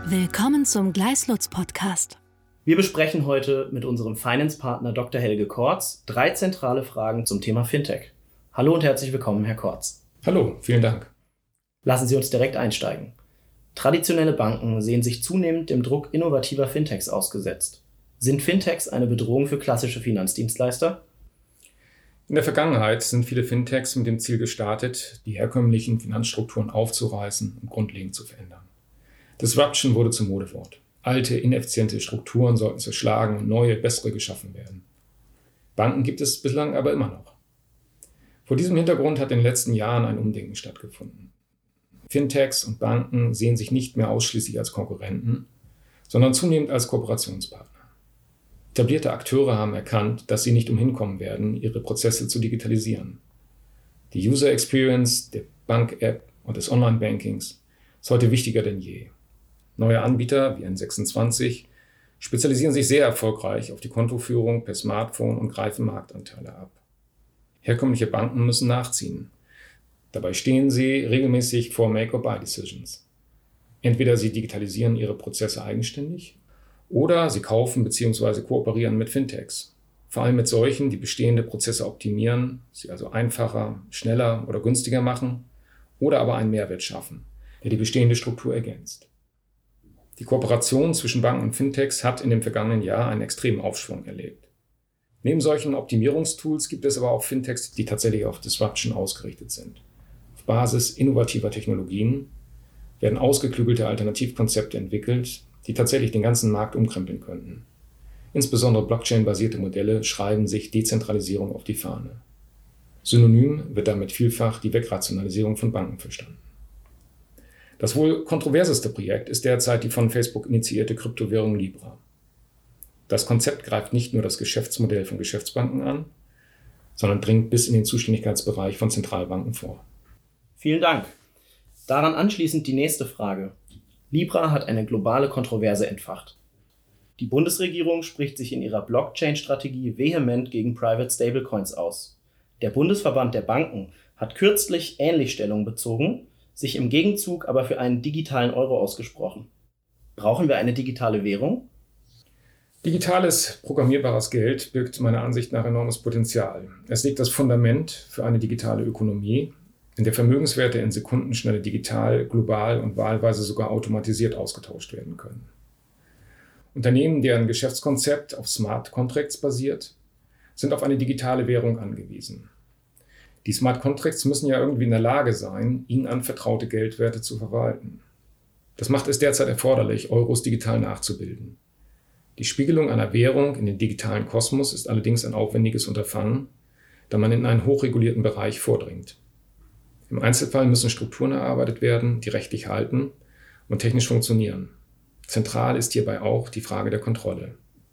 Willkommen zum Gleislutz-Podcast. Wir besprechen heute mit unserem Finance-Partner Dr. Helge Kortz 3 zentrale Fragen zum Thema Fintech. Hallo und herzlich willkommen, Herr Kortz. Hallo, vielen Dank. Lassen Sie uns direkt einsteigen. Traditionelle Banken sehen sich zunehmend dem Druck innovativer Fintechs ausgesetzt. Sind Fintechs eine Bedrohung für klassische Finanzdienstleister? In der Vergangenheit sind viele Fintechs mit dem Ziel gestartet, die herkömmlichen Finanzstrukturen aufzureißen und grundlegend zu verändern. Disruption wurde zum Modewort. Alte, ineffiziente Strukturen sollten zerschlagen und neue, bessere geschaffen werden. Banken gibt es bislang aber immer noch. Vor diesem Hintergrund hat in den letzten Jahren ein Umdenken stattgefunden. Fintechs und Banken sehen sich nicht mehr ausschließlich als Konkurrenten, sondern zunehmend als Kooperationspartner. Etablierte Akteure haben erkannt, dass sie nicht umhin kommen werden, ihre Prozesse zu digitalisieren. Die User Experience der Bank-App und des Online-Bankings ist heute wichtiger denn je. Neue Anbieter wie N26 spezialisieren sich sehr erfolgreich auf die Kontoführung per Smartphone und greifen Marktanteile ab. Herkömmliche Banken müssen nachziehen. Dabei stehen sie regelmäßig vor Make-or-Buy-Decisions. Entweder sie digitalisieren ihre Prozesse eigenständig oder sie kaufen bzw. kooperieren mit Fintechs. Vor allem mit solchen, die bestehende Prozesse optimieren, sie also einfacher, schneller oder günstiger machen oder aber einen Mehrwert schaffen, der die bestehende Struktur ergänzt. Die Kooperation zwischen Banken und Fintechs hat in dem vergangenen Jahr einen extremen Aufschwung erlebt. Neben solchen Optimierungstools gibt es aber auch Fintechs, die tatsächlich auf Disruption ausgerichtet sind. Auf Basis innovativer Technologien werden ausgeklügelte Alternativkonzepte entwickelt, die tatsächlich den ganzen Markt umkrempeln könnten. Insbesondere Blockchain-basierte Modelle schreiben sich Dezentralisierung auf die Fahne. Synonym wird damit vielfach die Wegrationalisierung von Banken verstanden. Das wohl kontroverseste Projekt ist derzeit die von Facebook initiierte Kryptowährung Libra. Das Konzept greift nicht nur das Geschäftsmodell von Geschäftsbanken an, sondern dringt bis in den Zuständigkeitsbereich von Zentralbanken vor. Vielen Dank. Daran anschließend die nächste Frage. Libra hat eine globale Kontroverse entfacht. Die Bundesregierung spricht sich in ihrer Blockchain-Strategie vehement gegen Private Stablecoins aus. Der Bundesverband der Banken hat kürzlich ähnlich Stellung bezogen, sich im Gegenzug aber für einen digitalen Euro ausgesprochen. Brauchen wir eine digitale Währung? Digitales, programmierbares Geld birgt meiner Ansicht nach enormes Potenzial. Es legt das Fundament für eine digitale Ökonomie, in der Vermögenswerte in Sekundenschnelle digital, global und wahlweise sogar automatisiert ausgetauscht werden können. Unternehmen, deren Geschäftskonzept auf Smart Contracts basiert, sind auf eine digitale Währung angewiesen. Die Smart Contracts müssen ja irgendwie in der Lage sein, ihnen anvertraute Geldwerte zu verwalten. Das macht es derzeit erforderlich, Euros digital nachzubilden. Die Spiegelung einer Währung in den digitalen Kosmos ist allerdings ein aufwendiges Unterfangen, da man in einen hochregulierten Bereich vordringt. Im Einzelfall müssen Strukturen erarbeitet werden, die rechtlich halten und technisch funktionieren. Zentral ist hierbei auch die Frage der Kontrolle.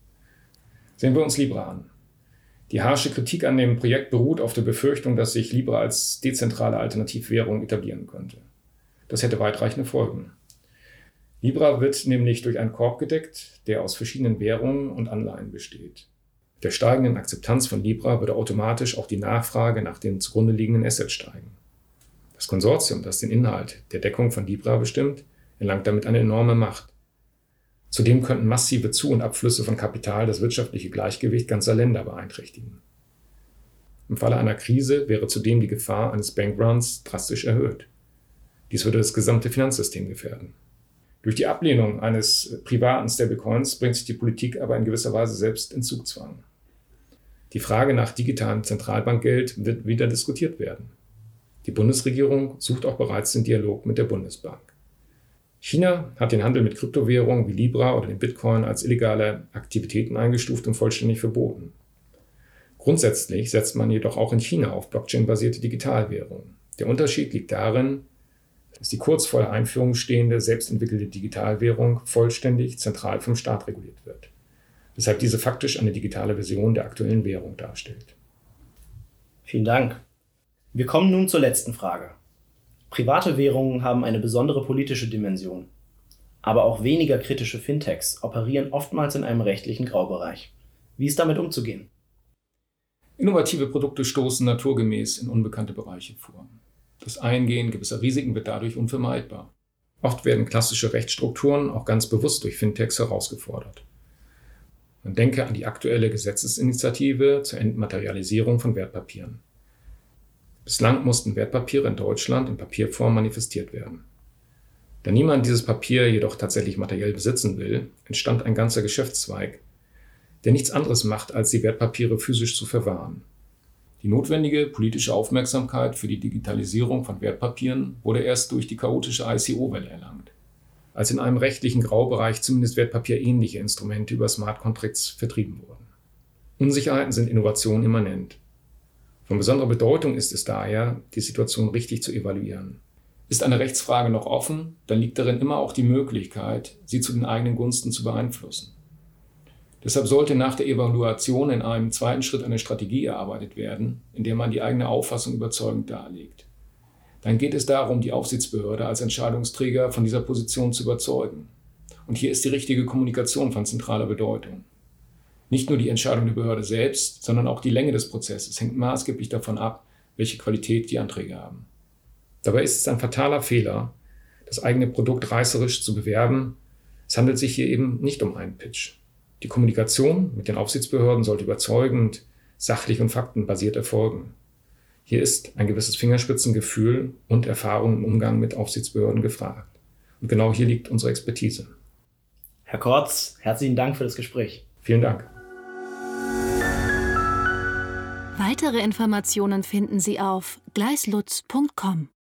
Sehen wir uns Libra an. Die harsche Kritik an dem Projekt beruht auf der Befürchtung, dass sich Libra als dezentrale Alternativwährung etablieren könnte. Das hätte weitreichende Folgen. Libra wird nämlich durch einen Korb gedeckt, der aus verschiedenen Währungen und Anleihen besteht. Mit der steigenden Akzeptanz von Libra würde automatisch auch die Nachfrage nach den zugrunde liegenden Assets steigen. Das Konsortium, das den Inhalt der Deckung von Libra bestimmt, erlangt damit eine enorme Macht. Zudem könnten massive Zu- und Abflüsse von Kapital das wirtschaftliche Gleichgewicht ganzer Länder beeinträchtigen. Im Falle einer Krise wäre zudem die Gefahr eines Bankruns drastisch erhöht. Dies würde das gesamte Finanzsystem gefährden. Durch die Ablehnung eines privaten Stablecoins bringt sich die Politik aber in gewisser Weise selbst in Zugzwang. Die Frage nach digitalem Zentralbankgeld wird wieder diskutiert werden. Die Bundesregierung sucht auch bereits den Dialog mit der Bundesbank. China hat den Handel mit Kryptowährungen wie Libra oder dem Bitcoin als illegale Aktivitäten eingestuft und vollständig verboten. Grundsätzlich setzt man jedoch auch in China auf Blockchain-basierte Digitalwährungen. Der Unterschied liegt darin, dass die kurz vor der Einführung stehende, selbstentwickelte Digitalwährung vollständig zentral vom Staat reguliert wird, weshalb diese faktisch eine digitale Version der aktuellen Währung darstellt. Vielen Dank. Wir kommen nun zur letzten Frage. Private Währungen haben eine besondere politische Dimension. Aber auch weniger kritische Fintechs operieren oftmals in einem rechtlichen Graubereich. Wie ist damit umzugehen? Innovative Produkte stoßen naturgemäß in unbekannte Bereiche vor. Das Eingehen gewisser Risiken wird dadurch unvermeidbar. Oft werden klassische Rechtsstrukturen auch ganz bewusst durch Fintechs herausgefordert. Man denke an die aktuelle Gesetzesinitiative zur Entmaterialisierung von Wertpapieren. Bislang mussten Wertpapiere in Deutschland in Papierform manifestiert werden. Da niemand dieses Papier jedoch tatsächlich materiell besitzen will, entstand ein ganzer Geschäftszweig, der nichts anderes macht, als die Wertpapiere physisch zu verwahren. Die notwendige politische Aufmerksamkeit für die Digitalisierung von Wertpapieren wurde erst durch die chaotische ICO-Welle erlangt, als in einem rechtlichen Graubereich zumindest wertpapierähnliche Instrumente über Smart Contracts vertrieben wurden. Unsicherheiten sind Innovationen immanent. Von besonderer Bedeutung ist es daher, die Situation richtig zu evaluieren. Ist eine Rechtsfrage noch offen, dann liegt darin immer auch die Möglichkeit, sie zu den eigenen Gunsten zu beeinflussen. Deshalb sollte nach der Evaluation in einem zweiten Schritt eine Strategie erarbeitet werden, in der man die eigene Auffassung überzeugend darlegt. Dann geht es darum, die Aufsichtsbehörde als Entscheidungsträger von dieser Position zu überzeugen. Und hier ist die richtige Kommunikation von zentraler Bedeutung. Nicht nur die Entscheidung der Behörde selbst, sondern auch die Länge des Prozesses hängt maßgeblich davon ab, welche Qualität die Anträge haben. Dabei ist es ein fataler Fehler, das eigene Produkt reißerisch zu bewerben. Es handelt sich hier eben nicht um einen Pitch. Die Kommunikation mit den Aufsichtsbehörden sollte überzeugend, sachlich und faktenbasiert erfolgen. Hier ist ein gewisses Fingerspitzengefühl und Erfahrung im Umgang mit Aufsichtsbehörden gefragt. Und genau hier liegt unsere Expertise. Herr Kortz, herzlichen Dank für das Gespräch. Vielen Dank. Weitere Informationen finden Sie auf gleislutz.com.